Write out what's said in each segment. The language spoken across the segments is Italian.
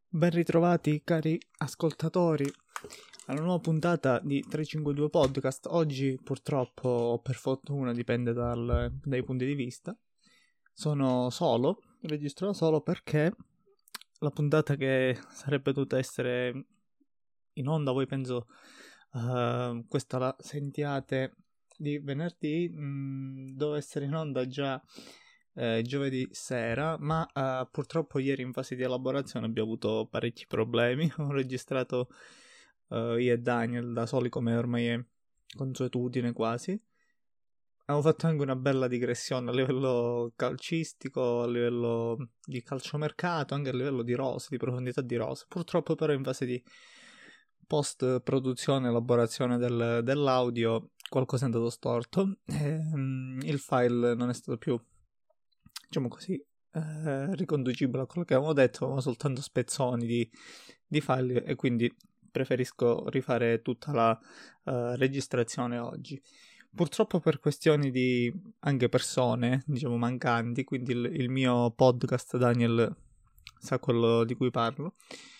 Ben ritrovati cari ascoltatori alla nuova puntata di 352 Podcast. Oggi purtroppo o per fortuna, dipende dai punti di vista, sono solo, registro solo perché la puntata che sarebbe dovuta essere in onda, voi penso questa la sentiate di venerdì, doveva essere in onda già giovedì sera, ma purtroppo ieri in fase di elaborazione abbiamo avuto parecchi problemi. Ho registrato io e Daniel da soli, come ormai è consuetudine quasi. Abbiamo fatto anche una bella digressione a livello calcistico, a livello di calciomercato, anche a livello di rose, di profondità di rose. Purtroppo però in fase di post-produzione, elaborazione dell'audio, qualcosa è andato storto. Il file non è stato più, diciamo così, riconducibile a quello che avevamo detto, avevamo soltanto spezzoni di file e quindi preferisco rifare tutta la registrazione oggi. Purtroppo per questioni di anche persone, diciamo, mancanti, quindi il mio podcast, Daniel sa quello di cui parlo,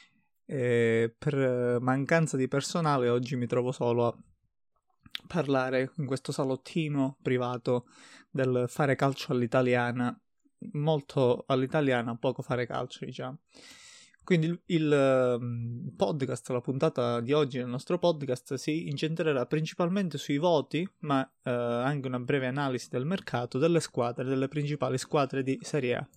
per mancanza di personale oggi mi trovo solo a parlare in questo salottino privato del fare calcio all'italiana, molto all'italiana, poco fare calcio, diciamo. Quindi il podcast, la puntata di oggi nel nostro podcast si incentrerà principalmente sui voti, ma anche una breve analisi del mercato, delle squadre, delle principali squadre di Serie A.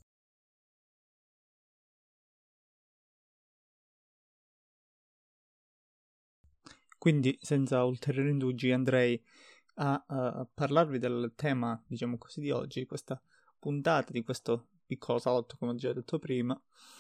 Quindi, senza ulteriori indugi, andrei a parlarvi del tema, diciamo così, di oggi, questa puntata, di questo piccolo salotto, come ho già detto prima,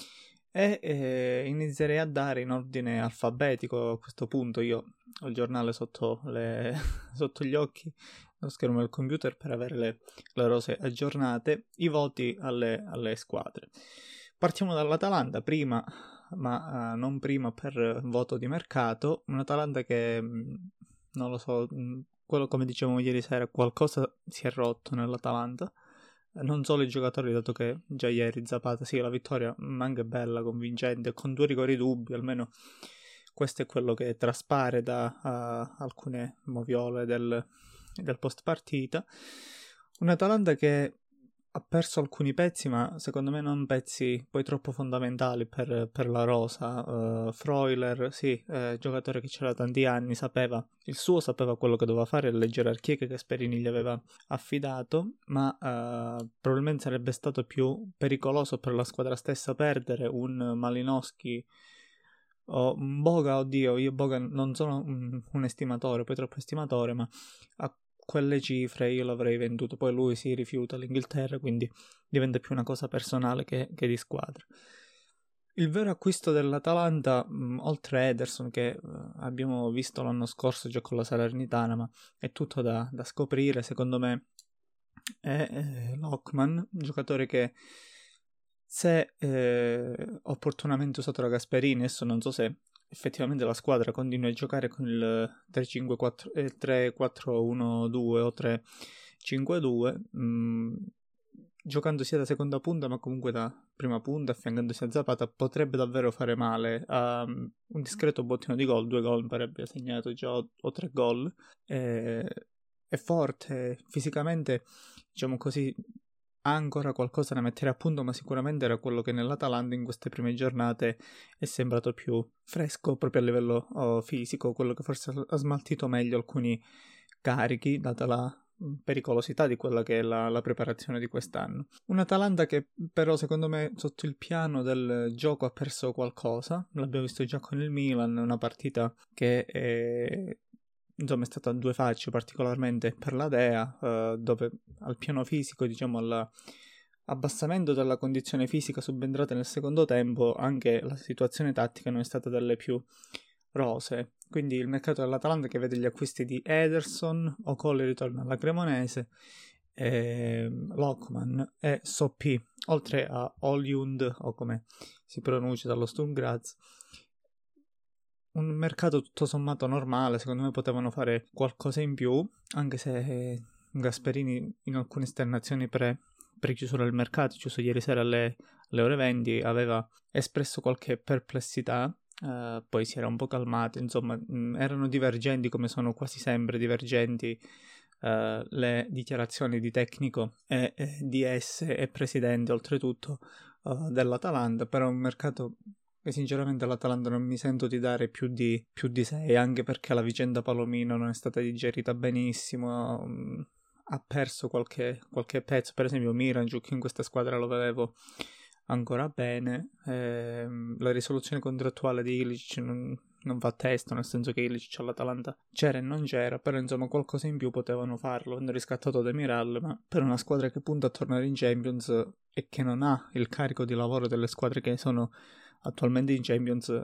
e inizierei a dare in ordine alfabetico. A questo punto io ho il giornale sotto gli occhi, lo schermo del computer, per avere le rose aggiornate, i voti alle squadre. Partiamo dall'Atalanta, prima, ma non prima per voto di mercato. Un Atalanta che, non lo so, quello, come dicevamo ieri sera, qualcosa si è rotto nell'Atalanta. Non solo i giocatori, dato che già ieri Zapata, sì, la vittoria, ma anche bella, convincente, con 2 rigori dubbi, almeno questo è quello che traspare da alcune moviole del post partita. Un Atalanta che ha perso alcuni pezzi, ma secondo me non pezzi poi troppo fondamentali per la rosa. Freuler, sì, giocatore che c'era tanti anni, sapeva quello che doveva fare, le gerarchie che Gasperini gli aveva affidato, ma probabilmente sarebbe stato più pericoloso per la squadra stessa perdere un Malinowski o un Boga. Oddio, io Boga non sono un estimatore, poi troppo estimatore, ma a quelle cifre io l'avrei venduto. Poi lui si rifiuta l'Inghilterra, quindi diventa più una cosa personale che di squadra. Il vero acquisto dell'Atalanta, oltre Ederson, che abbiamo visto l'anno scorso già con la Salernitana, ma è tutto da scoprire, secondo me, è Lockman, un giocatore che, se opportunamente usato da Gasperini, adesso non so se effettivamente la squadra continua a giocare con il 3-5-4, 3-4-1-2 o 3-5-2, giocando sia da seconda punta ma comunque da prima punta, affiancandosi a Zapata, potrebbe davvero fare male. Ha un discreto bottino di gol, 2 gol mi pare abbia segnato già, o 3 gol. È forte fisicamente, diciamo così, ha ancora qualcosa da mettere a punto, ma sicuramente era quello che nell'Atalanta in queste prime giornate è sembrato più fresco proprio a livello fisico, quello che forse ha smaltito meglio alcuni carichi, data la pericolosità di quella che è la preparazione di quest'anno. Un Atalanta che però secondo me sotto il piano del gioco ha perso qualcosa, l'abbiamo visto già con il Milan, una partita che insomma è stata a due facce, particolarmente per la Dea, dove al piano fisico, diciamo all'abbassamento della condizione fisica subentrata nel secondo tempo, anche la situazione tattica non è stata delle più rose. Quindi il mercato dell'Atalanta che vede gli acquisti di Ederson, Okolie ritorna alla Cremonese, Lockman e Soppi, oltre a Oljund, o come si pronuncia dallo Sturm Graz. Un mercato tutto sommato normale, secondo me potevano fare qualcosa in più, anche se Gasperini in alcune esternazioni pre-chiusura del mercato, chiuso ieri sera alle alle ore 20 aveva espresso qualche perplessità, poi si era un po' calmato, insomma erano divergenti, come sono quasi sempre divergenti le dichiarazioni di tecnico e DS e presidente oltretutto dell'Atalanta, però è un mercato che sinceramente all'Atalanta non mi sento di dare più di 6, anche perché la vicenda Palomino non è stata digerita benissimo, ha perso qualche pezzo, per esempio Miranchuk in questa squadra lo vedevo ancora bene, la risoluzione contrattuale di Ilicic non fa testo, nel senso che Ilicic all'Atalanta c'era e non c'era, però insomma qualcosa in più potevano farlo, hanno riscattato Demiral, ma per una squadra che punta a tornare in Champions e che non ha il carico di lavoro delle squadre che sono attualmente in Champions,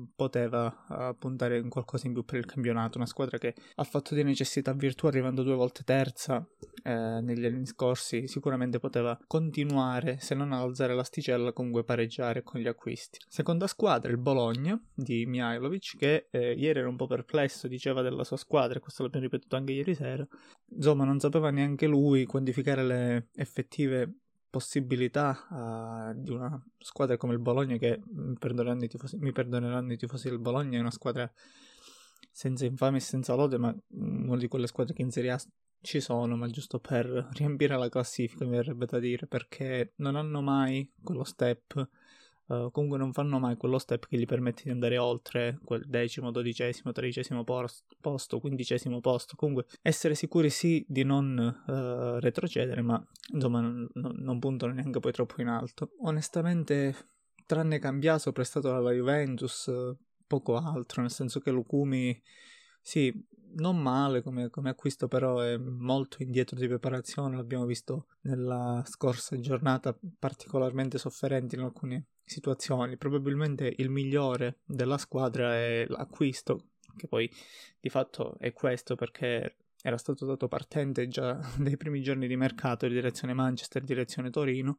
poteva puntare in qualcosa in più per il campionato. Una squadra che ha fatto di necessità virtù, arrivando 2 volte terza negli anni scorsi, sicuramente poteva continuare, se non alzare l'asticella, comunque pareggiare con gli acquisti. Seconda squadra, il Bologna di Mihajlovic, che ieri era un po' perplesso, diceva della sua squadra, questo l'abbiamo ripetuto anche ieri sera, insomma non sapeva neanche lui quantificare le effettive possibilità di una squadra come il Bologna, che mi perdoneranno i tifosi del Bologna, è una squadra senza infamia e senza lode, ma una di quelle squadre che in Serie A ci sono, ma giusto per riempire la classifica, mi verrebbe da dire, perché non hanno mai quello step, comunque non fanno mai quello step che gli permette di andare oltre quel 10°, 12°, 13° posto, 15° posto, comunque essere sicuri sì di non retrocedere, ma insomma non puntano neanche poi troppo in alto. Onestamente, tranne Cambiaso prestato dalla Juventus, poco altro, nel senso che Lukumi sì, non male come acquisto, però è molto indietro di preparazione, l'abbiamo visto nella scorsa giornata, particolarmente sofferente in alcune situazioni. Probabilmente il migliore della squadra è l'acquisto, che poi di fatto è questo, perché era stato dato partente già dai primi giorni di mercato, direzione Manchester, direzione Torino,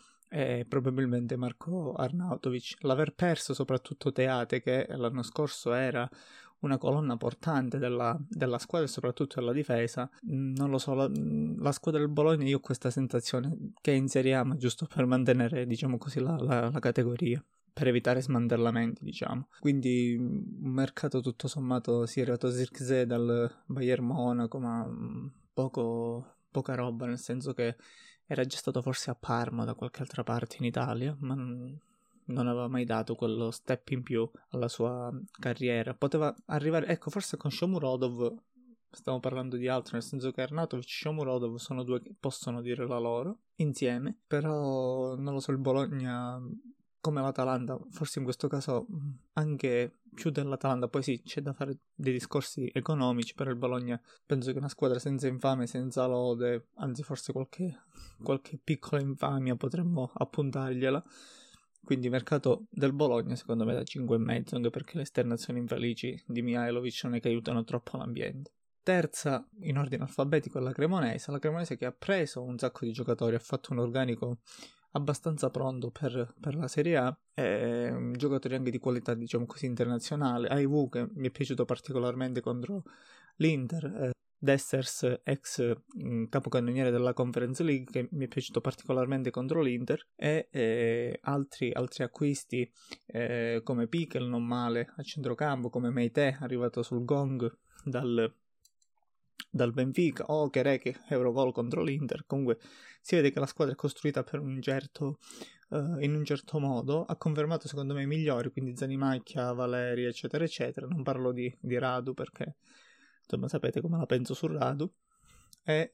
e probabilmente Marko Arnautovic. L'aver perso soprattutto Teate, che l'anno scorso era una colonna portante della squadra e soprattutto della difesa, non lo so, la squadra del Bologna, io ho questa sensazione che inseriamo giusto per mantenere, diciamo così, la categoria, per evitare smantellamenti, diciamo. Quindi un mercato tutto sommato, si è arrivato Zirkzee dal Bayern Monaco, ma poca roba, nel senso che era già stato forse a Parma da qualche altra parte in Italia, ma non aveva mai dato quello step in più alla sua carriera. Poteva arrivare, ecco, forse con Shomurodov stiamo parlando di altro, nel senso che Arnautovic e Shomurodov sono due che possono dire la loro insieme, però non lo so, il Bologna come l'Atalanta, forse in questo caso anche più dell'Atalanta, poi sì, c'è da fare dei discorsi economici, per il Bologna penso che una squadra senza infame, senza lode, anzi forse qualche piccola infamia potremmo appuntargliela. Quindi mercato del Bologna secondo me da 5,5, anche perché le esternazioni infelici di Mihajlovic non è che aiutano troppo l'ambiente. Terza in ordine alfabetico è la Cremonese che ha preso un sacco di giocatori, ha fatto un organico abbastanza pronto per la Serie A, giocatori anche di qualità, diciamo così, internazionale. Aivu, che mi è piaciuto particolarmente contro l'Inter, Dessers, ex capocannoniere della Conference League, che mi è piaciuto particolarmente contro l'Inter, e altri acquisti come Piquel, non male a centrocampo, come Meite, arrivato sul gong dal Benfica, o Kereke, Eurogol contro l'Inter. Comunque si vede che la squadra è costruita per in un certo modo, ha confermato secondo me i migliori, quindi Zanimacchia, Valeri, eccetera eccetera. Non parlo di Radu perché insomma sapete come la penso su Radu, e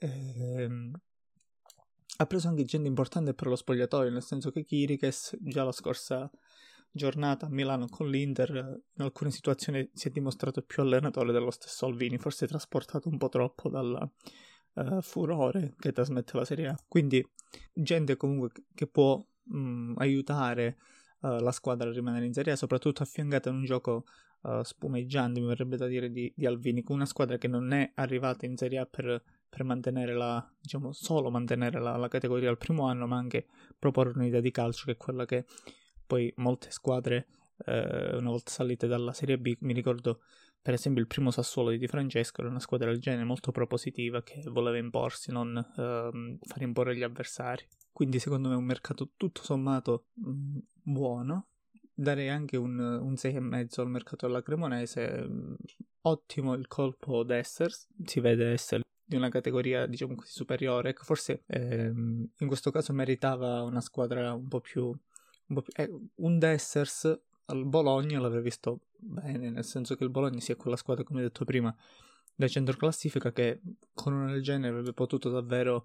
ha preso anche gente importante per lo spogliatoio, nel senso che Chiriches già la scorsa giornata a Milano con l'Inter in alcune situazioni si è dimostrato più allenatore dello stesso Alvini, forse trasportato un po' troppo dal furore che trasmette la Serie A. Quindi gente comunque che può aiutare la squadra a rimanere in Serie A, soprattutto affiancata in un gioco spumeggiante, mi verrebbe da dire, di Alvini, con una squadra che non è arrivata in Serie A per mantenere solo mantenere la categoria al primo anno, ma anche proporre un'idea di calcio che è quella che poi molte squadre una volta salite dalla Serie B. Mi ricordo per esempio il primo Sassuolo di Di Francesco, era una squadra del genere molto propositiva che voleva imporsi, non far imporre gli avversari. Quindi secondo me è un mercato tutto sommato buono. Darei anche un 6,5 al mercato della Cremonese. Ottimo il colpo Dessers, si vede essere di una categoria diciamo così superiore, che forse in questo caso meritava una squadra un po' più un Dessers al Bologna l'avrei visto bene, nel senso che il Bologna sia quella squadra, come detto prima, del centro classifica, che con una del genere avrebbe potuto davvero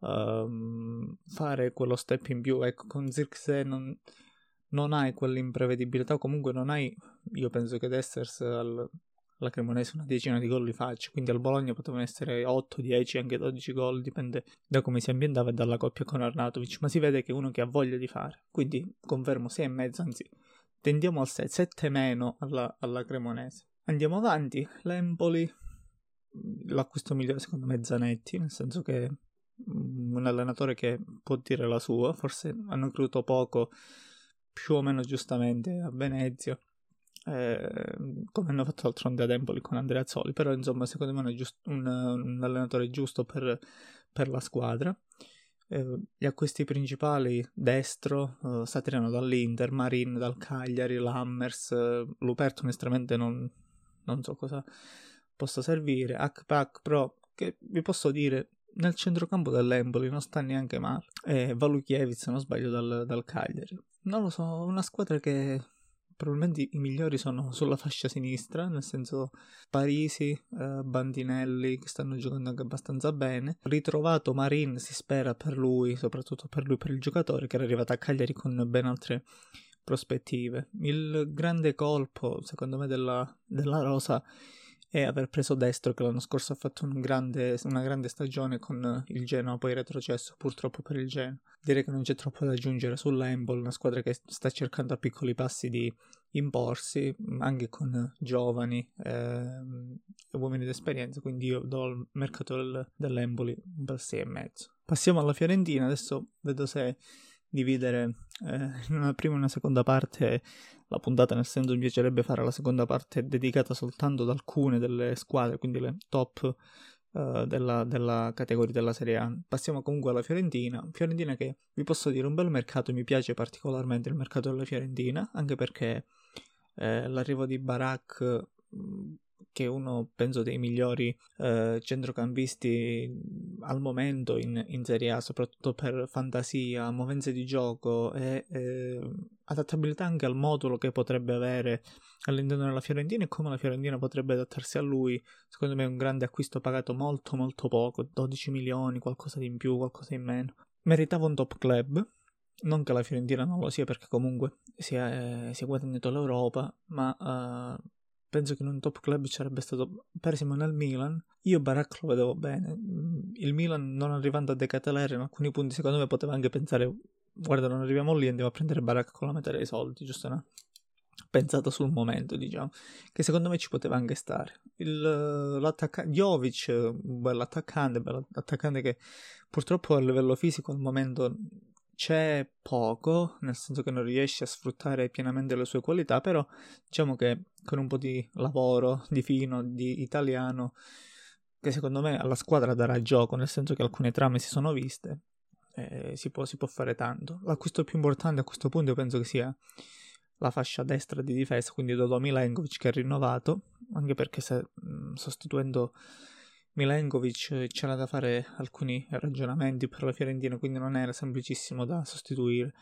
fare quello step in più. Ecco, con Zirkzee non hai quell'imprevedibilità, o comunque non hai, io penso che Dessers alla Cremonese una decina di gol li faccia, quindi al Bologna potevano essere 8, 10, anche 12 gol, dipende da come si ambientava e dalla coppia con Arnautovic, ma si vede che è uno che ha voglia di fare, quindi confermo 6,5, anzi tendiamo al 6, 7 meno alla Cremonese. Andiamo avanti, l'Empoli, l'acquisto migliore secondo me è Zanetti, nel senso che è un allenatore che può dire la sua, forse hanno creduto poco, più o meno giustamente, a Venezia, come hanno fatto d'altronde ad Empoli con Andrea Azzoli, però insomma secondo me è un allenatore giusto per la squadra. Gli acquisti principali: Destro, Satriano dall'Inter, Marin dal Cagliari, Lammers, Luperto onestamente non so cosa possa servire, Akpak però, che vi posso dire, nel centrocampo dell'Empoli non sta neanche male, e Valukiewicz se non sbaglio dal Cagliari, non lo so, una squadra che probabilmente i migliori sono sulla fascia sinistra, nel senso Parisi, Bandinelli, che stanno giocando anche abbastanza bene. Ritrovato Marin, si spera per lui, soprattutto per lui, per il giocatore, che era arrivato a Cagliari con ben altre prospettive. Il grande colpo, secondo me, della rosa è aver preso Destro, che l'anno scorso ha fatto una grande stagione con il Genoa, poi retrocesso purtroppo per il Genoa. Direi che non c'è troppo da aggiungere sull'Empoli, una squadra che sta cercando a piccoli passi di imporsi, anche con giovani uomini d'esperienza, quindi io do al mercato dell'Empoli un bel 6,5. Passiamo alla Fiorentina, adesso vedo se dividere in una prima e una seconda parte la puntata, nel senso mi piacerebbe fare la seconda parte dedicata soltanto ad alcune delle squadre, quindi le top della categoria della Serie A. Passiamo comunque alla Fiorentina che vi posso dire un bel mercato, mi piace particolarmente il mercato della Fiorentina, anche perché l'arrivo di Barak, che è uno penso dei migliori centrocampisti al momento in Serie A, soprattutto per fantasia, movenze di gioco e adattabilità anche al modulo che potrebbe avere all'interno della Fiorentina e come la Fiorentina potrebbe adattarsi a lui. Secondo me è un grande acquisto pagato molto molto poco, 12 milioni, qualcosa di in più, qualcosa in meno. Meritava un top club, non che la Fiorentina non lo sia, perché comunque si è guadagnato l'Europa, ma penso che in un top club ci sarebbe stato, per esempio nel Milan, io Barak lo vedevo bene, il Milan non arrivando a decatelare in alcuni punti secondo me poteva anche pensare, guarda non arriviamo lì, andiamo a prendere Barak con la metà dei soldi, giusto, no? Pensato sul momento, diciamo, che secondo me ci poteva anche stare. L'attaccante Jovic, un bell'attaccante che purtroppo a livello fisico al momento c'è poco, nel senso che non riesce a sfruttare pienamente le sue qualità, però diciamo che con un po' di lavoro, di fino, di italiano, che secondo me alla squadra darà gioco, nel senso che alcune trame si sono viste, si può fare tanto. L'acquisto più importante a questo punto io penso che sia la fascia destra di difesa, quindi Dodò Milenkovic, che è rinnovato, anche perché sostituendo Milenkovic c'era da fare alcuni ragionamenti per la Fiorentina, quindi non era semplicissimo da sostituire,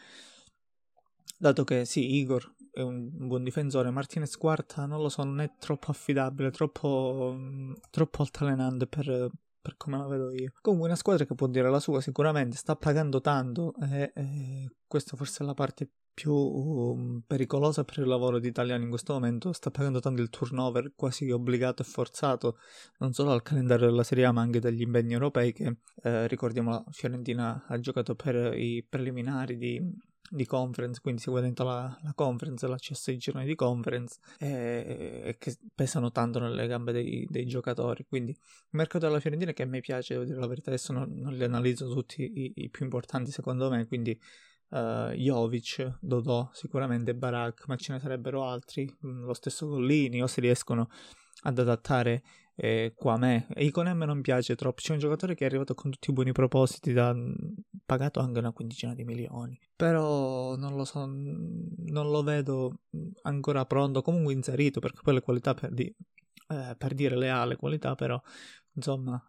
dato che sì, Igor è un buon difensore, Martinez Quarta non lo so, non è troppo affidabile, troppo altalenante per come la vedo io. Comunque una squadra che può dire la sua, sicuramente sta pagando tanto e questa forse è la parte più pericolosa per il lavoro di italiani in questo momento. Sta pagando tanto il turnover quasi obbligato e forzato, non solo al calendario della Serie A ma anche dagli impegni europei che ricordiamo la Fiorentina ha giocato per i preliminari di conference, quindi si è guadagnato la conference, l'accesso ai gironi di conference e che pesano tanto nelle gambe dei giocatori, quindi il mercato della Fiorentina che a me piace, devo dire la verità, adesso non li analizzo tutti i più importanti secondo me, quindi Jovic, Dodò, sicuramente Barak, ma ce ne sarebbero altri, lo stesso Gollini, o se riescono ad adattare Kouamé. E Ikoné a me non piace troppo, c'è un giocatore che è arrivato con tutti i buoni propositi, pagato anche una quindicina di milioni, però non lo so, non lo vedo ancora pronto, comunque inserito, perché poi le qualità per dire le ha le qualità, però insomma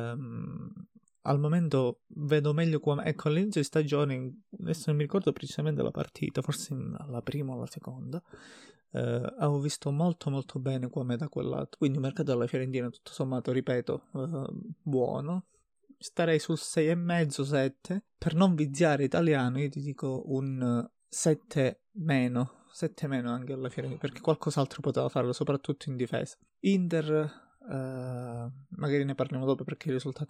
al momento vedo meglio ecco, all'inizio di stagione, adesso non mi ricordo precisamente la partita, forse la prima o la seconda, avevo visto molto molto bene Kouamé da quel lato, quindi il mercato della Fiorentina tutto sommato, ripeto, buono. Starei sul 6,5-7, per non viziare italiano io ti dico un 7 meno anche alla Fiorentina, perché qualcos'altro poteva farlo, soprattutto in difesa. Inter magari ne parliamo dopo, perché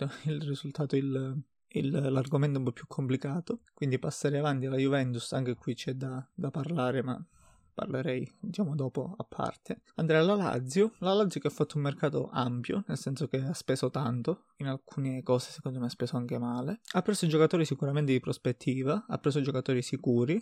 l'argomento è un po' più complicato, quindi passerei avanti alla Juventus. Anche qui c'è da parlare, ma parlerei dopo a parte. Andrei alla Lazio che ha fatto un mercato ampio, nel senso che ha speso tanto, in alcune cose secondo me ha speso anche male, ha preso giocatori sicuramente di prospettiva, ha preso giocatori sicuri,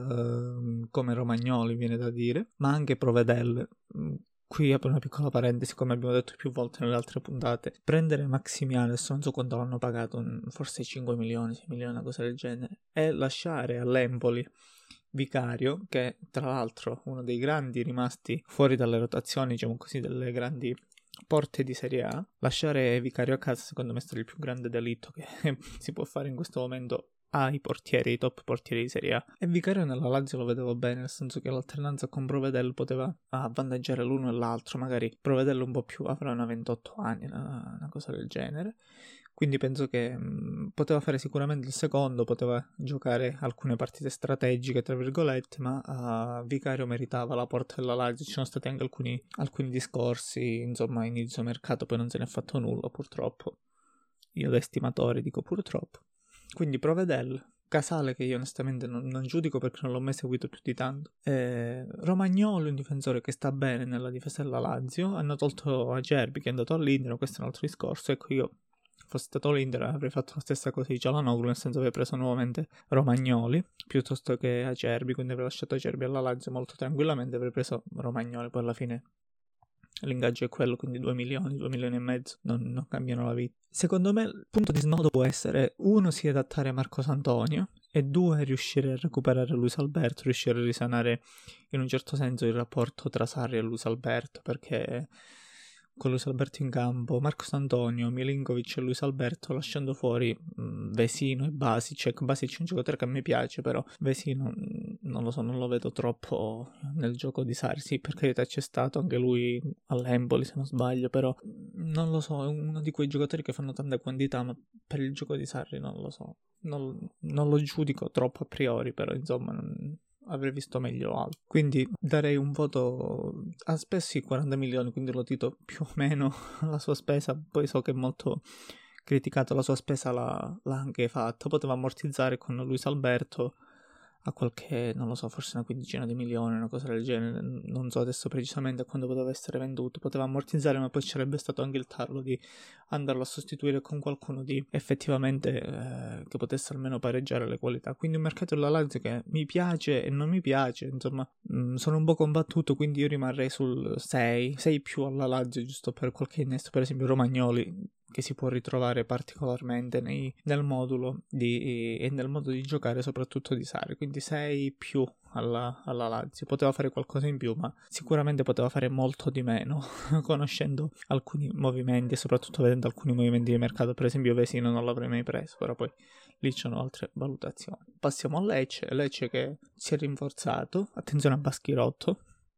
come Romagnoli viene da dire, ma anche Provedel. Qui apro una piccola parentesi, come abbiamo detto più volte nelle altre puntate, prendere Maximiano, adesso non so quanto l'hanno pagato, forse 5 milioni, 6 milioni, una cosa del genere, e lasciare all'Empoli Vicario, che tra l'altro uno dei grandi rimasti fuori dalle rotazioni, delle grandi porte di Serie A, lasciare Vicario a casa secondo me è stato il più grande delitto che si può fare in questo momento ai top portieri di Serie A. E Vicario nella Lazio lo vedevo bene, nel senso che l'alternanza con Provedel poteva avvantaggiare l'uno e l'altro, magari Provedel un po' più, avrà una 28 anni, una cosa del genere. Quindi penso che poteva fare sicuramente il secondo, poteva giocare alcune partite strategiche, tra virgolette, ma Vicario meritava la porta della Lazio. Ci sono stati anche alcuni discorsi, insomma, inizio mercato, poi non se ne è fatto nulla, purtroppo. Io da estimatore dico purtroppo. Quindi Provedel, Casale, che io onestamente non giudico perché non l'ho mai seguito più di tanto, Romagnoli, un difensore che sta bene nella difesa della Lazio. Hanno tolto Acerbi, che è andato all'Inter, questo è un altro discorso. Ecco, io fosse stato l'Inter avrei fatto la stessa cosa di Cialanoglu, nel senso che avrei preso nuovamente Romagnoli piuttosto che Acerbi, quindi avrei lasciato Acerbi alla Lazio molto tranquillamente, avrei preso Romagnoli. Poi alla fine l'ingaggio è quello, quindi 2 milioni e mezzo, non cambiano la vita. Secondo me il punto di snodo può essere: 1, si adattare a Marcos Antonio, e 2, riuscire a recuperare Luis Alberto, riuscire a risanare in un certo senso il rapporto tra Sarri e Luis Alberto, perché con Luis Alberto in campo, Marcos Antonio, Milinkovic e Luis Alberto, lasciando fuori Vesino e Basic è un giocatore che a me piace, però Vesino non lo so, non lo vedo troppo nel gioco di Sarri. Sì, per carità c'è stato anche lui all'Empoli, se non sbaglio, però non lo so, è uno di quei giocatori che fanno tanta quantità, ma per il gioco di Sarri non lo so, non lo giudico troppo a priori, però insomma avrei visto meglio altro. Quindi darei un voto a spesi 40 milioni, quindi lo tito più o meno la sua spesa. Poi so che è molto criticato, la sua spesa l'ha anche fatta, poteva ammortizzare con Luis Alberto a qualche, non lo so, forse una quindicina di milioni, una cosa del genere, non so adesso precisamente a quando poteva essere venduto, poteva ammortizzare, ma poi ci sarebbe stato anche il tarlo di andarlo a sostituire con qualcuno di effettivamente che potesse almeno pareggiare le qualità. Quindi un mercato della Lazio che mi piace e non mi piace, insomma, sono un po' combattuto, quindi io rimarrei sul 6 più alla Lazio, giusto per qualche innesto, per esempio Romagnoli, che si può ritrovare particolarmente nel modulo e nel modo di giocare soprattutto di Sarri, quindi 6 più alla Lazio. Poteva fare qualcosa in più, ma sicuramente poteva fare molto di meno conoscendo alcuni movimenti e soprattutto vedendo alcuni movimenti di mercato. Per esempio Vesino non l'avrei mai preso, però poi lì c'erano altre valutazioni. Passiamo a Lecce che si è rinforzato. Attenzione a Baschirotto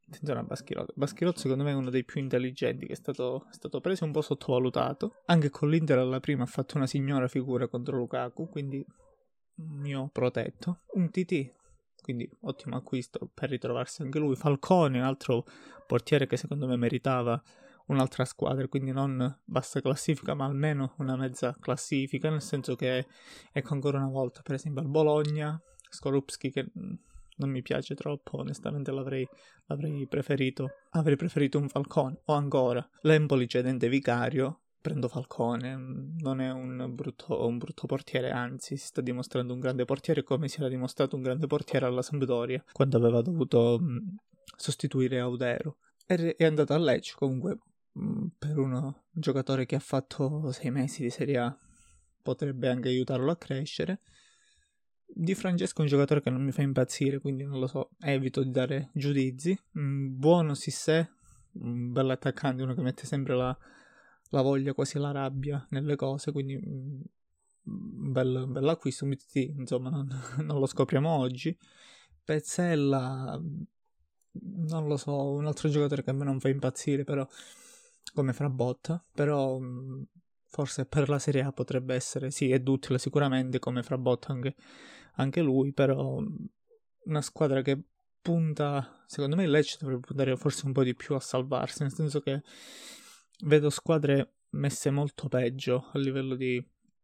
secondo me è uno dei più intelligenti, che è stato preso, un po' sottovalutato. Anche con l'Inter alla prima ha fatto una signora figura contro Lukaku, quindi mio protetto. Un TT, quindi ottimo acquisto per ritrovarsi anche lui. Falcone, un altro portiere che secondo me meritava un'altra squadra, quindi non bassa classifica ma almeno una mezza classifica, nel senso che ecco, ancora una volta per esempio al Bologna Skorupski, che non mi piace troppo, onestamente avrei preferito un Falcone. O ancora l'Empoli cedente Vicario prendo Falcone, non è un brutto portiere, anzi si sta dimostrando un grande portiere, come si era dimostrato un grande portiere alla Sampdoria quando aveva dovuto sostituire Audero. È andato a Lecce comunque, per un giocatore che ha fatto 6 mesi di Serie A potrebbe anche aiutarlo a crescere. Di Francesco è un giocatore che non mi fa impazzire, quindi non lo so, evito di dare giudizi. Buono Sissé, un bel attaccante, uno che mette sempre la voglia, quasi la rabbia nelle cose, quindi un bel acquisto. Insomma, non lo scopriamo oggi. Pezzella, non lo so, un altro giocatore che a me non fa impazzire, però come Frabotta, però forse per la Serie A potrebbe essere, sì, è duttile sicuramente come Frabotta anche lui, però una squadra che punta, secondo me il Lecce dovrebbe puntare forse un po' di più a salvarsi, nel senso che vedo squadre messe molto peggio a livello di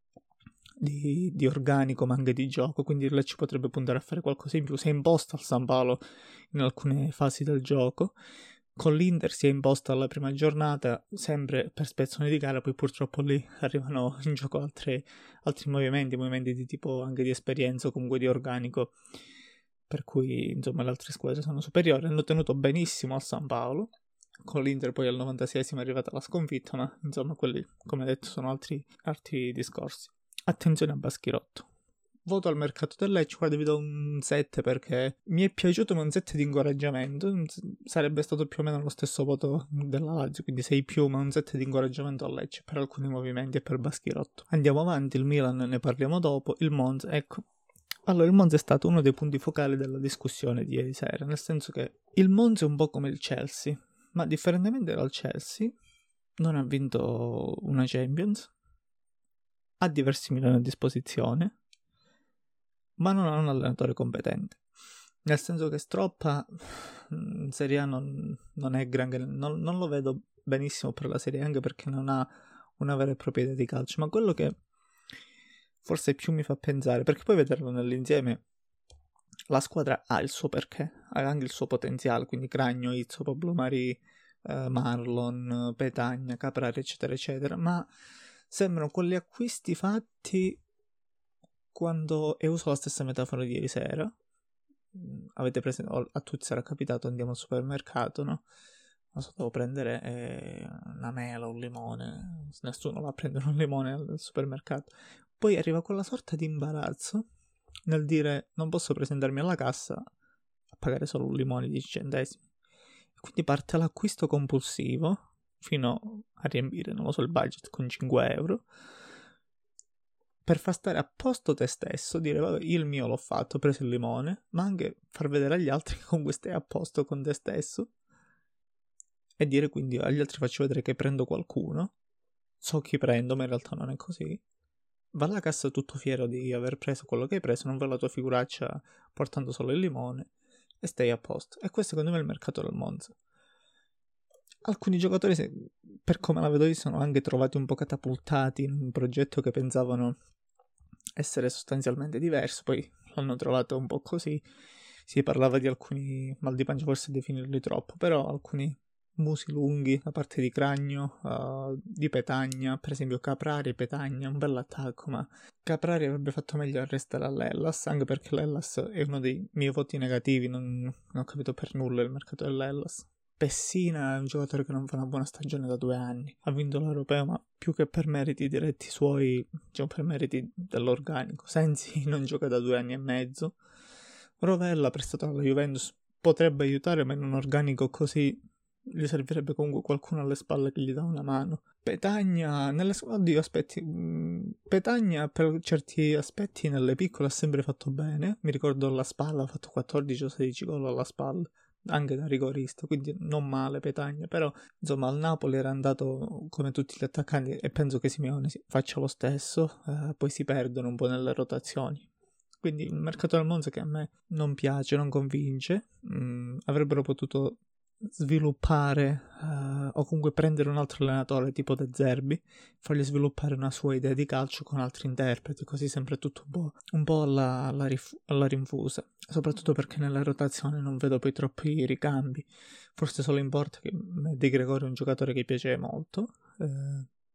organico ma anche di gioco, quindi il Lecce potrebbe puntare a fare qualcosa in più. Si è imposta al San Paolo in alcune fasi del gioco, con l'Inter si è imposta alla prima giornata sempre per spezzoni di gara, poi purtroppo lì arrivano in gioco altri movimenti di tipo anche di esperienza o comunque di organico, per cui insomma le altre squadre sono superiori. Hanno tenuto benissimo al San Paolo, con l'Inter poi al 96esimo è arrivata la sconfitta, ma insomma quelli, come detto, sono altri discorsi. Attenzione a Baschirotto. Voto al mercato del Lecce, guarda, vi do un 7 perché mi è piaciuto, ma un 7 di incoraggiamento. Sarebbe stato più o meno lo stesso voto della Lazio, quindi 6 più, ma un 7 di incoraggiamento al Lecce per alcuni movimenti e per Baschirotto. Andiamo avanti, il Milan ne parliamo dopo, il Monza, ecco. Allora, il Monza è stato uno dei punti focali della discussione di ieri sera, nel senso che il Monza è un po' come il Chelsea, ma differentemente dal Chelsea non ha vinto una Champions, ha diversi milioni a disposizione, ma non ha un allenatore competente. Nel senso che Stroppa in Serie A non è granché, non lo vedo benissimo per la Serie A, anche perché non ha una vera e propria idea di calcio, ma quello che forse più mi fa pensare, perché poi vederlo nell'insieme, la squadra ha il suo perché, ha anche il suo potenziale, quindi Cragno, Izzo, Pablo Mari, Marlon, Petagna, Caprari, eccetera, eccetera, ma sembrano quegli acquisti fatti quando, e uso la stessa metafora di ieri sera, avete preso, a tutti sarà capitato, andiamo al supermercato, no? Non so, devo prendere una mela, un limone, nessuno va a prendere un limone al supermercato. Poi arriva quella sorta di imbarazzo nel dire non posso presentarmi alla cassa a pagare solo un limone di 10 centesimi. Quindi parte l'acquisto compulsivo fino a riempire, non lo so, il budget con 5 euro, per far stare a posto te stesso, dire vabbè, io il mio l'ho fatto, ho preso il limone, ma anche far vedere agli altri che comunque stai a posto con te stesso, e dire quindi agli altri faccio vedere che prendo qualcuno, so chi prendo, ma in realtà non è così. Va alla cassa tutto fiero di aver preso quello che hai preso, non va la tua figuraccia portando solo il limone e stai a posto. E questo secondo me è il mercato del Monza. Alcuni giocatori, per come la vedo io, sono anche trovati un po' catapultati in un progetto che pensavano essere sostanzialmente diverso, poi l'hanno trovato un po' così. Si parlava di alcuni mal di pancia, forse definirli troppo, però alcuni musi lunghi da parte di Cragno, di Petagna, per esempio Caprari e Petagna, un bell'attacco, ma Caprari avrebbe fatto meglio a restare all'Hellas, anche perché l'Hellas è uno dei miei voti negativi, non ho capito per nulla il mercato dell'Hellas. Pessina è un giocatore che non fa una buona stagione da 2 anni, ha vinto l'Europeo, ma più che per meriti diretti suoi, diciamo per meriti dell'organico. Sensi non gioca da 2 anni e mezzo. Rovella, prestato alla Juventus, potrebbe aiutare, ma in un organico così gli servirebbe comunque qualcuno alle spalle che gli dà una mano. Petagna, Petagna per certi aspetti nelle piccole ha sempre fatto bene. Mi ricordo alla spalla, ha fatto 14 o 16 gol alla spalla, anche da rigorista, quindi non male Petagna, però insomma al Napoli era andato come tutti gli attaccanti e penso che Simeone faccia lo stesso, poi si perdono un po' nelle rotazioni. Quindi il mercato del Monza, che a me non piace, non convince, avrebbero potuto sviluppare o comunque prendere un altro allenatore tipo De Zerbi, fargli sviluppare una sua idea di calcio con altri interpreti, così sempre tutto un po' alla rinfusa, soprattutto perché nella rotazione non vedo poi troppi ricambi. Forse solo in porta, che De Gregori è un giocatore che piace molto,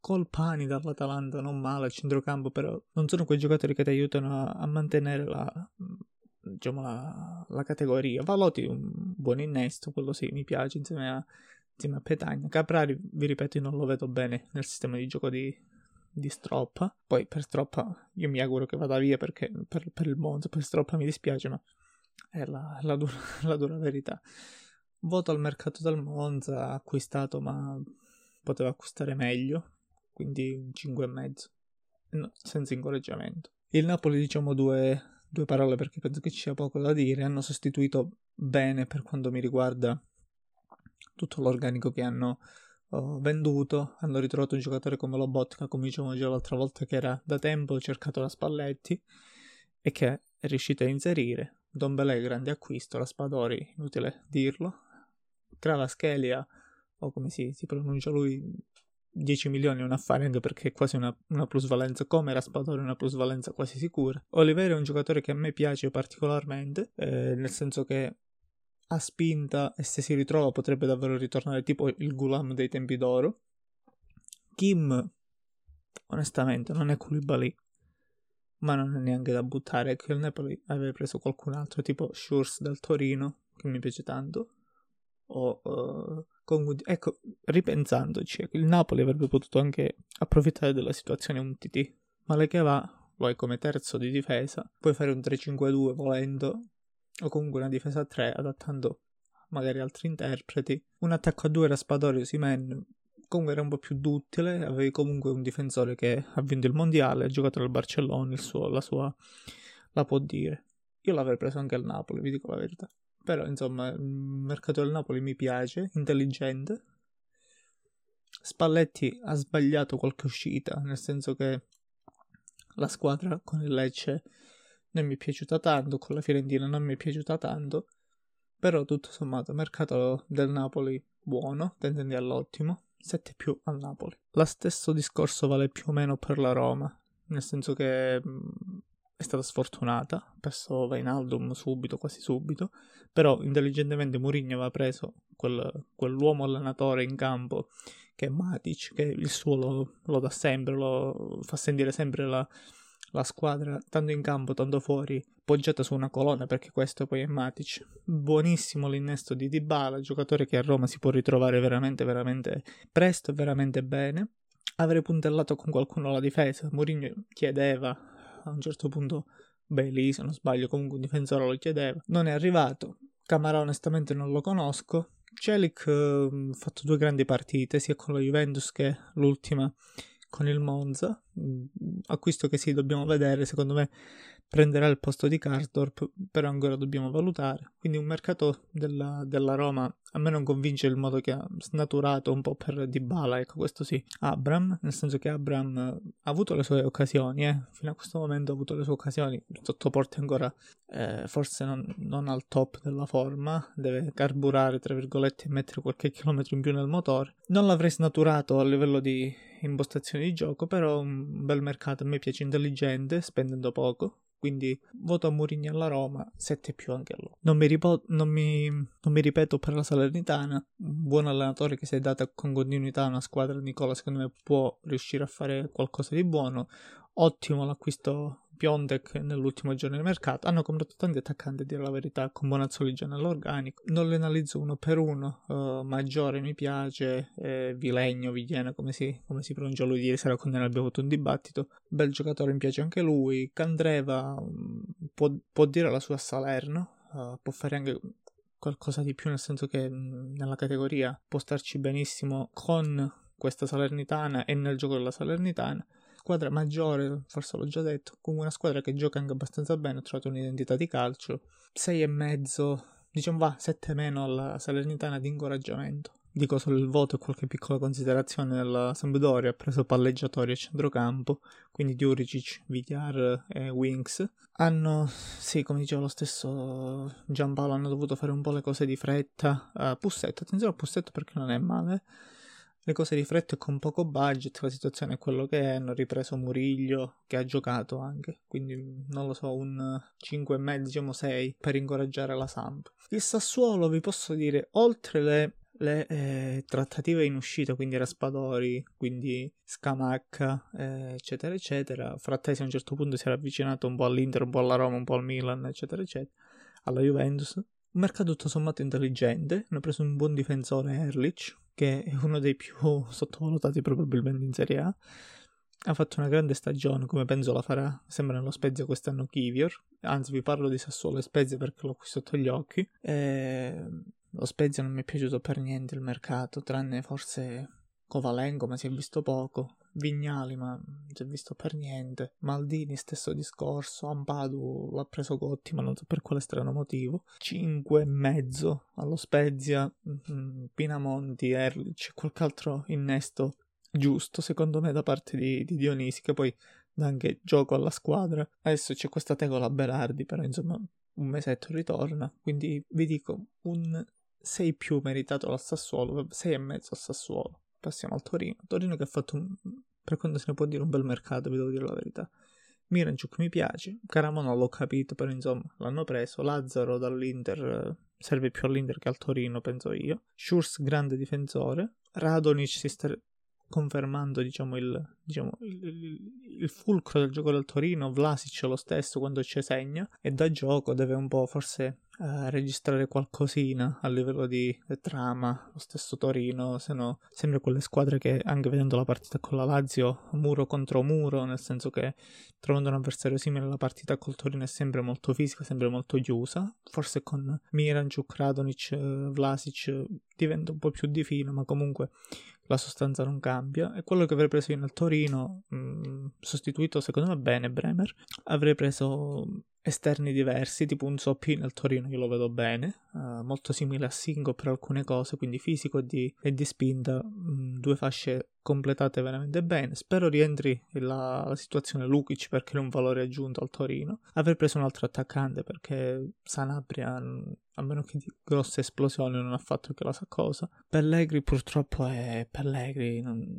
Colpani dall'Atalanta, non male al centrocampo, però non sono quei giocatori che ti aiutano a mantenere la categoria. Valotti un buon innesto, quello sì, mi piace, insieme a Petagna. Caprari, vi ripeto, io non lo vedo bene nel sistema di gioco di Stroppa. Poi per Stroppa io mi auguro che vada via, perché per il Monza, per Stroppa mi dispiace, ma è la dura verità. Voto al mercato del Monza, acquistato, ma poteva acquistare meglio, quindi un 5,5, no, senza incoraggiamento. Il Napoli, diciamo due parole, perché penso che ci sia poco da dire. Hanno sostituito bene, per quanto mi riguarda, tutto l'organico che hanno venduto. Hanno ritrovato un giocatore come Lobotka, come dicevamo già l'altra volta, che era da tempo cercato da Spalletti e che è riuscito a inserire. Dombele, grande acquisto. Raspadori, inutile dirlo. Kvaratskhelia, o come si pronuncia lui, 10 milioni è un affare, anche perché è quasi una plusvalenza, come Raspadori, una plusvalenza quasi sicura. Oliveira è un giocatore che a me piace particolarmente, nel senso che ha spinta e se si ritrova potrebbe davvero ritornare tipo il Gulam dei tempi d'oro. Kim, onestamente, non è Koulibaly, ma non è neanche da buttare. Che il Napoli aveva preso qualcun altro, tipo Schurz del Torino, che mi piace tanto. Ecco, ripensandoci, il Napoli avrebbe potuto anche approfittare della situazione Umtiti, male che va, lo hai come terzo di difesa, puoi fare un 3-5-2 volendo, o comunque una difesa a 3 adattando magari altri interpreti. Un attacco a 2 Raspadori o Osimhen comunque era un po' più duttile, avevi comunque un difensore che ha vinto il mondiale, ha giocato nel Barcellona, la può dire. Io l'avrei preso anche al Napoli, vi dico la verità. Però insomma il mercato del Napoli mi piace, intelligente. Spalletti ha sbagliato qualche uscita, nel senso che la squadra con il Lecce non mi è piaciuta tanto, con la Fiorentina non mi è piaciuta tanto, però tutto sommato mercato del Napoli buono, tendente all'ottimo, 7+ al Napoli. Lo stesso discorso vale più o meno per la Roma, nel senso che è stata sfortunata, ha perso Wijnaldum subito, quasi subito, però intelligentemente Mourinho aveva preso quell'uomo allenatore in campo che è Matic, che il suo lo dà sempre, lo fa sentire sempre la squadra tanto in campo, tanto fuori, poggiata su una colonna, perché questo poi è Matic. Buonissimo l'innesto di Dybala, giocatore che a Roma si può ritrovare veramente veramente presto e veramente bene. Avrei puntellato con qualcuno alla difesa. Mourinho chiedeva a un certo punto Bailey, se non sbaglio, comunque un difensore lo chiedeva, non è arrivato. Camara onestamente non lo conosco. Celik ha fatto 2 grandi partite, sia con la Juventus che l'ultima con il Monza. Acquisto che sì, dobbiamo vedere, secondo me prenderà il posto di Karsdorp, però ancora dobbiamo valutare. Quindi un mercato della Roma a me non convince il modo che ha snaturato un po' per Dybala, ecco, questo sì. Abraham, nel senso che Abraham ha avuto le sue occasioni, fino a questo momento ha avuto le sue occasioni, sotto porte ancora forse non al top della forma, deve carburare tra virgolette e mettere qualche chilometro in più nel motore. Non l'avrei snaturato a livello di impostazione di gioco, però un bel mercato, a me piace, intelligente, spendendo poco. Quindi voto a Mourinho alla Roma, 7+ anche a loro. Non mi ripeto per la Salernitana, un buon allenatore che si è data con continuità a una squadra, Nicola, secondo me può riuscire a fare qualcosa di buono. Ottimo l'acquisto Piontek nell'ultimo giorno di mercato. Hanno comprato tanti attaccanti, a dire la verità, con Bonazzoli già nell'organico. Non li analizzo uno per uno. Maggiore mi piace, Vilegno, come si pronuncia lui, ieri sera quando ne abbiamo avuto un dibattito. Bel giocatore, mi piace anche lui. Candreva può dire la sua a Salerno, può fare anche qualcosa di più, nel senso che nella categoria può starci benissimo con questa Salernitana e nel gioco della Salernitana. Squadra maggiore, forse l'ho già detto, comunque una squadra che gioca anche abbastanza bene, ho trovato un'identità di calcio. 6,5, diciamo 7- alla Salernitana di incoraggiamento. Dico solo il voto e qualche piccola considerazione. Nella Sampdoria ha preso palleggiatori a centrocampo, quindi Djuricic, Villar e Winks. Hanno, sì, come diceva lo stesso Giampaolo, hanno dovuto fare un po' le cose di fretta. Pussetto, attenzione a Pussetto perché non è male. Le cose di fretta e con poco budget, la situazione è quello che è. Hanno ripreso Murillo, che ha giocato anche, quindi non lo so, un 5,5, diciamo 6, per incoraggiare la Samp. Il Sassuolo, vi posso dire, oltre le trattative in uscita, quindi Raspadori, quindi Scamacca, eccetera, eccetera. Frattesi a un certo punto si era avvicinato un po' all'Inter, un po' alla Roma, un po' al Milan, eccetera, eccetera, alla Juventus. Un mercato tutto sommato intelligente, hanno preso un buon difensore, Erlich, che è uno dei più sottovalutati probabilmente in Serie A. Ha fatto una grande stagione, come penso la farà sempre nello Spezia quest'anno Kivior. Anzi, vi parlo di Sassuolo e Spezia perché l'ho qui sotto gli occhi. Lo Spezia non mi è piaciuto per niente il mercato, tranne forse Kovalenko, ma si è visto poco. Vignali, ma non si è visto per niente. Maldini, stesso discorso. Ampadu l'ha preso Gotti, ma non so per quale strano motivo. 5,5 allo Spezia. Pinamonti, Erlich, qualche altro innesto giusto secondo me da parte di Dionisi, che poi dà anche gioco alla squadra. Adesso c'è questa tegola Berardi, però insomma un mesetto ritorna, quindi vi dico un 6 più meritato al Sassuolo, 6,5 al Sassuolo. Passiamo al Torino che ha fatto per quanto se ne può dire un bel mercato, vi devo dire la verità. Miranchuk mi piace, Caramo non l'ho capito, però insomma l'hanno preso. Lazzaro dall'Inter serve più all'Inter che al Torino, penso io. Schurz grande difensore, Radonic si sta confermando diciamo il fulcro del gioco del Torino. Vlasic lo stesso quando ci segna, e da gioco deve un po' forse registrare qualcosina a livello di trama, lo stesso Torino, se no sembra quelle squadre che, anche vedendo la partita con la Lazio, muro contro muro, nel senso che trovando un avversario simile alla partita col Torino è sempre molto fisica, sempre molto chiusa. Forse con Miranchuk, Radonic, Vlasic diventa un po' più di fino, ma comunque la sostanza non cambia. E quello che avrei preso io nel Torino, sostituito secondo me bene Bremer, avrei preso esterni diversi, tipo un Soppi nel Torino io lo vedo bene, molto simile a Singo per alcune cose, quindi fisico e di spinta, due fasce completate veramente bene. Spero rientri la situazione Lukic, perché è un valore aggiunto al Torino. Avrei preso un altro attaccante perché Sanabria, a meno che di grosse esplosioni, non ha fatto che la sa cosa. Pellegrini purtroppo è Pellegrini,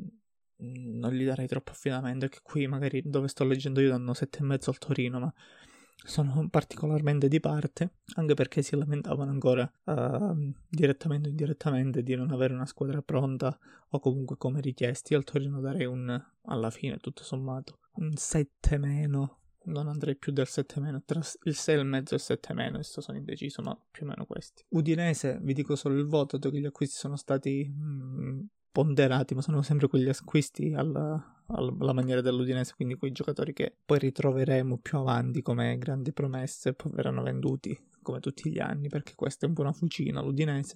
non gli darei troppo affidamento, che qui magari dove sto leggendo io danno 7,5 al Torino, ma sono particolarmente di parte, anche perché si lamentavano ancora direttamente o indirettamente di non avere una squadra pronta, o comunque come richiesti. Al Torino darei alla fine tutto sommato un 7 meno, non andrei più del 7 meno, tra il 6,5 e il 7 meno, adesso sono indeciso, ma più o meno questi. Udinese, vi dico solo il voto, dato che gli acquisti sono stati ponderati, ma sono sempre quegli acquisti alla maniera dell'Udinese, quindi quei giocatori che poi ritroveremo più avanti come grandi promesse e poi verranno venduti come tutti gli anni, perché questa è un po' una fucina l'Udinese.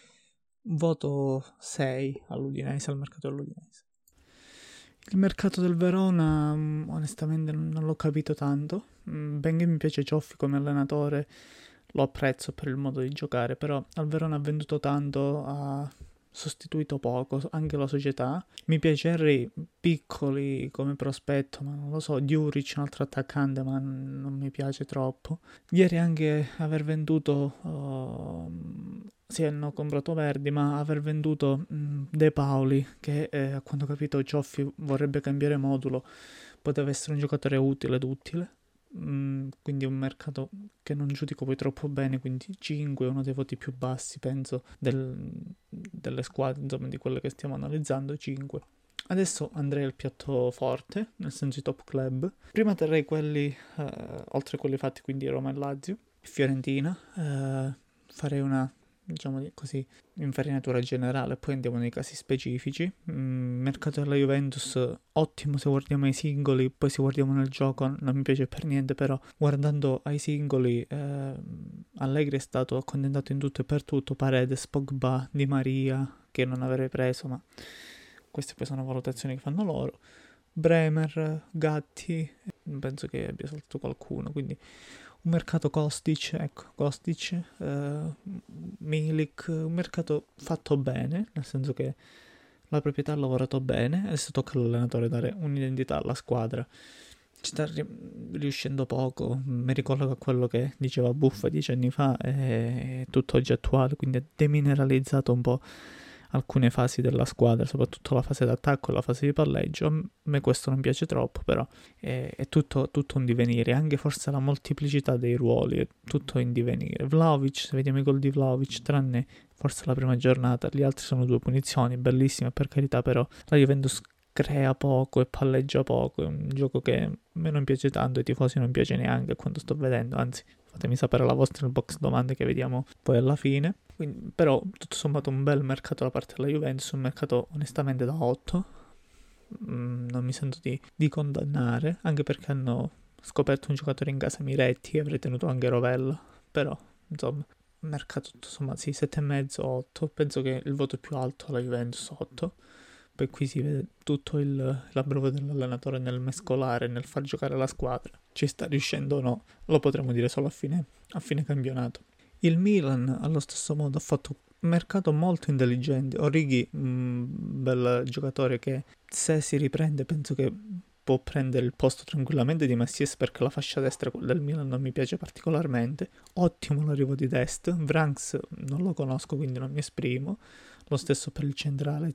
Voto 6 all'Udinese, al mercato dell'Udinese. Il mercato del Verona onestamente non l'ho capito tanto, benché mi piace Cioffi come allenatore, lo apprezzo per il modo di giocare, però al Verona ha venduto tanto, ha sostituito poco, anche la società. Mi piace Henry Piccoli come prospetto, ma non lo so, Djuric un altro attaccante, ma non mi piace troppo. Ieri anche aver venduto sì, hanno comprato Verdi, ma aver venduto De Paoli, che a quanto ho capito Cioffi vorrebbe cambiare modulo, poteva essere un giocatore utile ed utile. Quindi un mercato che non giudico poi troppo bene, quindi 5 è uno dei voti più bassi penso delle squadre, insomma, di quelle che stiamo analizzando. 5. Adesso andrei al piatto forte, nel senso i top club. Prima terrei quelli oltre a quelli fatti, quindi Roma e Lazio e Fiorentina. Farei una, diciamo così, infarinatura generale, poi andiamo nei casi specifici. Mercato della Juventus ottimo se guardiamo ai singoli, poi se guardiamo nel gioco non mi piace per niente, però guardando ai singoli Allegri è stato accontentato in tutto e per tutto. Paredes, Pogba, Di Maria, che non avrei preso, ma queste poi sono valutazioni che fanno loro. Bremer, Gatti, penso che abbia saltato qualcuno, quindi un mercato Kostic, Milik, un mercato fatto bene, nel senso che la proprietà ha lavorato bene, adesso tocca all'allenatore dare un'identità alla squadra. Ci sta riuscendo poco, mi ricolloco a quello che diceva Buffa 10 anni fa, è tutto oggi attuale, quindi è demineralizzato un po' alcune fasi della squadra, soprattutto la fase d'attacco e la fase di palleggio. A me questo non piace troppo, però è tutto un divenire, anche forse la molteplicità dei ruoli, è tutto in divenire. Vlahovic, se vediamo i gol di Vlahovic, tranne forse la prima giornata, gli altri sono 2 punizioni, bellissime per carità, però la Juventus crea poco e palleggia poco, è un gioco che a me non piace tanto, ai tifosi non piace neanche quando sto vedendo, anzi fatemi sapere la vostra nel box domande che vediamo poi alla fine. Quindi, però tutto sommato un bel mercato da parte della Juventus, un mercato onestamente da 8, non mi sento di condannare, anche perché hanno scoperto un giocatore in casa, Miretti, e avrei tenuto anche Rovella, però insomma mercato tutto sommato sì, 7,5, 8, penso che il voto più alto alla Juventus 8. Poi qui si vede tutto l'approvo dell'allenatore nel mescolare, nel far giocare la squadra. Ci sta riuscendo o no? Lo potremo dire solo a fine campionato. Il Milan, allo stesso modo, ha fatto un mercato molto intelligente. Origi, un bel giocatore che se si riprende penso che può prendere il posto tranquillamente di Messias, perché la fascia destra del Milan non mi piace particolarmente. Ottimo l'arrivo di Dest. Vranks non lo conosco, quindi non mi esprimo. Lo stesso per il centrale,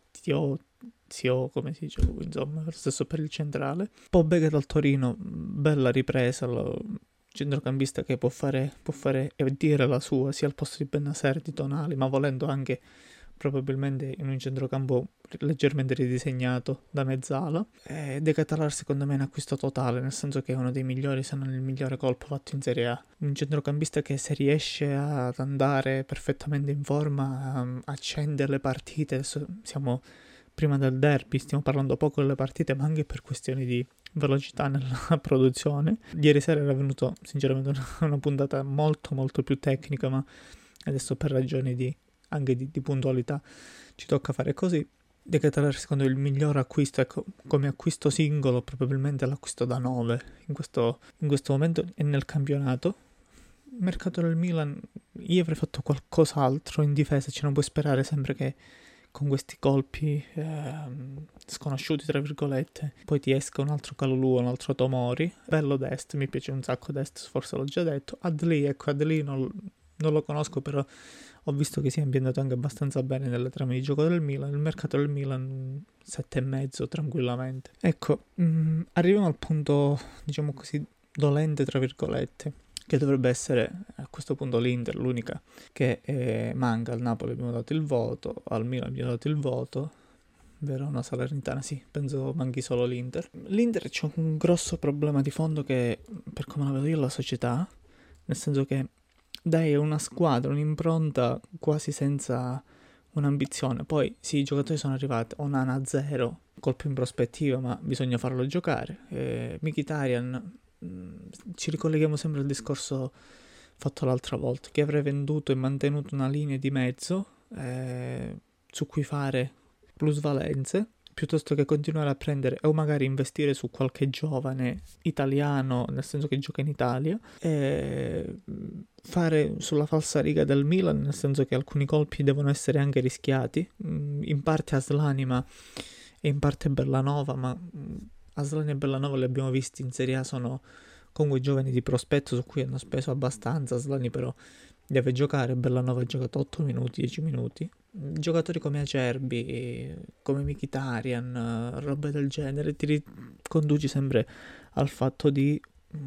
Zio, come si dice, insomma, lo stesso per il centrale. Pobega dal Torino, bella ripresa, centrocampista che può fare e dire la sua sia al posto di Bennacer, di Tonali, ma volendo anche probabilmente in un centrocampo leggermente ridisegnato da mezzala. De Catalar secondo me è un acquisto totale, nel senso che è uno dei migliori, se non il migliore colpo fatto in Serie A. Un centrocampista che se riesce ad andare perfettamente in forma, accende le partite. Adesso siamo prima del derby, stiamo parlando poco delle partite, ma anche per questioni di velocità nella produzione. Ieri sera era venuto sinceramente una puntata molto molto più tecnica, ma adesso per ragioni anche di puntualità ci tocca fare così. De Ketelaere secondo me il miglior acquisto, ecco, come acquisto singolo probabilmente l'acquisto da 9 in questo momento e nel campionato. Il mercato del Milan, io avrei fatto qualcos'altro in difesa, ci non puoi sperare sempre che con questi colpi sconosciuti tra virgolette poi ti esca un altro Kalulu, un altro Tomori. Bello Dest, mi piace un sacco Dest, forse l'ho già detto. Adli non lo conosco, però ho visto che si è ambientato anche abbastanza bene nelle trame di gioco del Milan. Il mercato del Milan 7,5 tranquillamente. Ecco, arriviamo al punto, diciamo così, dolente tra virgolette, che dovrebbe essere a questo punto l'Inter, l'unica che manca. Al Napoli abbiamo dato il voto, al Milan abbiamo dato il voto, Verona, Salernitana, sì, penso manchi solo l'Inter. L'Inter c'è un grosso problema di fondo che, per come la vedo io, è la società, nel senso che dai, è una squadra, un'impronta quasi senza un'ambizione. Poi sì, i giocatori sono arrivati, Onana 0, colpo in prospettiva, ma bisogna farlo giocare. Mkhitaryan, ci ricolleghiamo sempre al discorso fatto l'altra volta, che avrei venduto e mantenuto una linea di mezzo su cui fare plusvalenze, piuttosto che continuare a prendere o magari investire su qualche giovane italiano, nel senso che gioca in Italia, e fare sulla falsariga del Milan, nel senso che alcuni colpi devono essere anche rischiati, in parte Aslani e in parte Bellanova, ma Aslani e Bellanova li abbiamo visti in Serie A, sono comunque giovani di prospetto su cui hanno speso abbastanza. Aslani però deve giocare, Bellanova ha giocato 8 minuti, 10 minuti. Giocatori come Acerbi, come Mkhitaryan, robe del genere, ti riconduci sempre al fatto di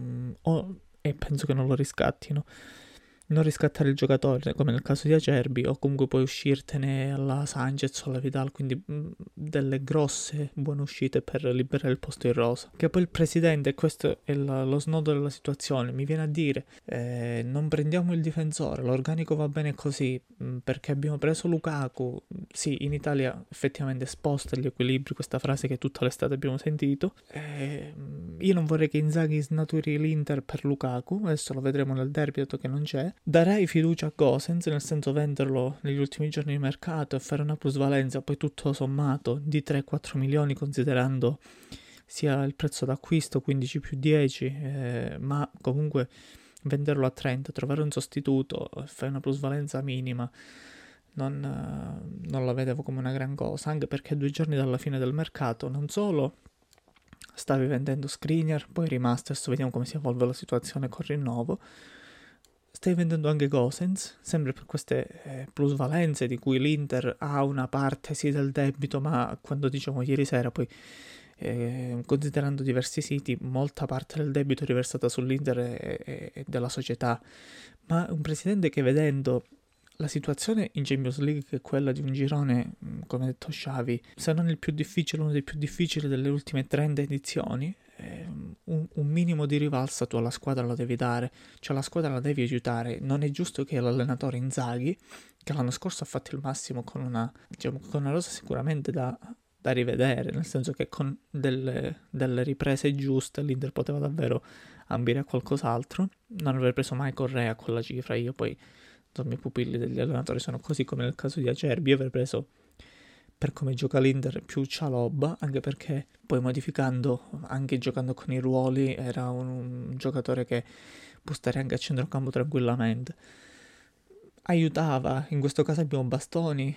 e penso che non lo riscattino, non riscattare il giocatore, come nel caso di Acerbi, o comunque puoi uscirtene alla Sanchez o alla Vidal, quindi delle grosse buone uscite per liberare il posto in rosa. Che poi il presidente, questo è lo snodo della situazione, mi viene a dire non prendiamo il difensore, l'organico va bene così, perché abbiamo preso Lukaku. Sì, in Italia effettivamente sposta gli equilibri, questa frase che tutta l'estate abbiamo sentito. Io non vorrei che Inzaghi snaturi l'Inter per Lukaku, adesso lo vedremo nel derby, dato che non c'è. Darei fiducia a Gosens, nel senso venderlo negli ultimi giorni di mercato e fare una plusvalenza poi tutto sommato di 3-4 milioni, considerando sia il prezzo d'acquisto 15 più 10, ma comunque venderlo a 30, trovare un sostituto, fare una plusvalenza minima, non la vedevo come una gran cosa, anche perché 2 giorni dalla fine del mercato non solo stavi vendendo Skriniar, poi Remasters, vediamo come si evolve la situazione con rinnovo, stai vendendo anche Gosens, sempre per queste plusvalenze di cui l'Inter ha una parte sì del debito, ma quando diciamo ieri sera poi considerando diversi siti, molta parte del debito è riversata sull'Inter e della società, ma un presidente che vedendo la situazione in Champions League, che è quella di un girone, come ha detto Xavi, se non il più difficile, uno dei più difficili delle ultime 30 edizioni, un minimo di rivalsa tu alla squadra lo devi dare, cioè la squadra la devi aiutare. Non è giusto che l'allenatore Inzaghi, che l'anno scorso ha fatto il massimo con una rosa sicuramente da rivedere, nel senso che con delle riprese giuste l'Inter poteva davvero ambire a qualcos'altro. Non avrei preso mai Correa con la cifra, io poi insomma i pupilli degli allenatori sono così, come nel caso di Acerbi. Io avrei preso, per come gioca l'Inter, più Cialobba, anche perché poi modificando, anche giocando con i ruoli, era un giocatore che può stare anche a centrocampo tranquillamente. Aiutava, in questo caso abbiamo Bastoni,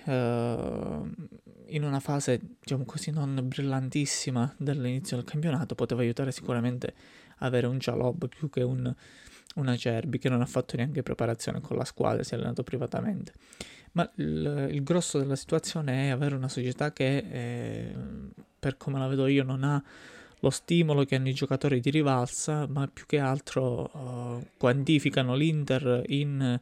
in una fase diciamo così non brillantissima dell'inizio del campionato, poteva aiutare sicuramente avere un Cialobba più che un Acerbi, che non ha fatto neanche preparazione con la squadra, si è allenato privatamente. Ma il grosso della situazione è avere una società che, per come la vedo io, non ha lo stimolo che hanno i giocatori di rivalsa, ma più che altro quantificano l'Inter in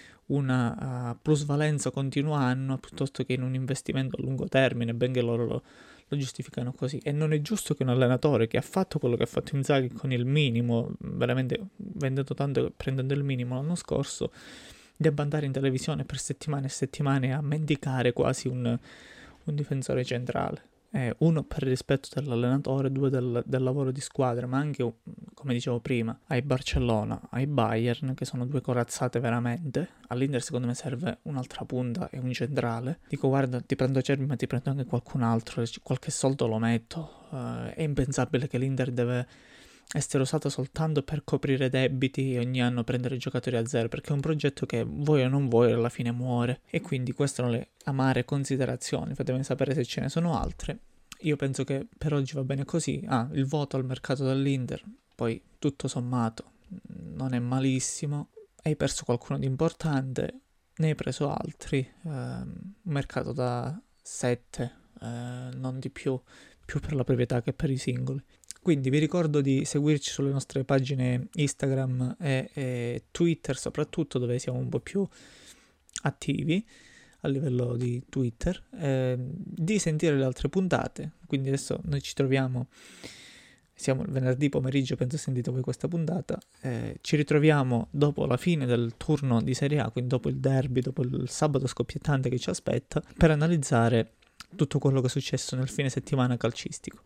una plusvalenza continua anno piuttosto che in un investimento a lungo termine, benché loro lo giustificano così. E non è giusto che un allenatore che ha fatto quello che ha fatto Inzaghi con il minimo, veramente vendendo tanto e prendendo il minimo l'anno scorso, debba andare in televisione per settimane e settimane a mendicare quasi un difensore centrale. Uno, per rispetto dell'allenatore, due, del lavoro di squadra, ma anche, come dicevo prima, ai Barcellona, ai Bayern, che sono due corazzate veramente. All'Inter secondo me serve un'altra punta e un centrale. Dico, guarda, ti prendo Acerbi, ma ti prendo anche qualcun altro, qualche soldo lo metto. È impensabile che l'Inter deve essere usata soltanto per coprire debiti e ogni anno prendere giocatori a zero, perché è un progetto che vuoi o non vuoi alla fine muore. E quindi queste sono le amare considerazioni. Fatemi sapere se ce ne sono altre. Io penso che per oggi va bene così. Il voto al mercato dell'Inter, poi tutto sommato non è malissimo. Hai perso qualcuno di importante, ne hai preso altri. Un mercato da 7, non di più per la proprietà che per i singoli. Quindi vi ricordo di seguirci sulle nostre pagine Instagram e Twitter soprattutto, dove siamo un po' più attivi a livello di Twitter, di sentire le altre puntate. Quindi adesso noi ci troviamo, siamo il venerdì pomeriggio, penso sentite voi questa puntata, ci ritroviamo dopo la fine del turno di Serie A, quindi dopo il derby, dopo il sabato scoppiettante che ci aspetta, per analizzare tutto quello che è successo nel fine settimana calcistico.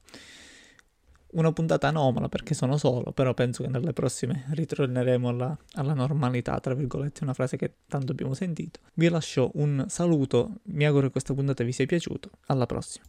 Una puntata anomala perché sono solo, però penso che nelle prossime ritorneremo alla normalità, tra virgolette, una frase che tanto abbiamo sentito. Vi lascio un saluto, mi auguro che questa puntata vi sia piaciuta, alla prossima.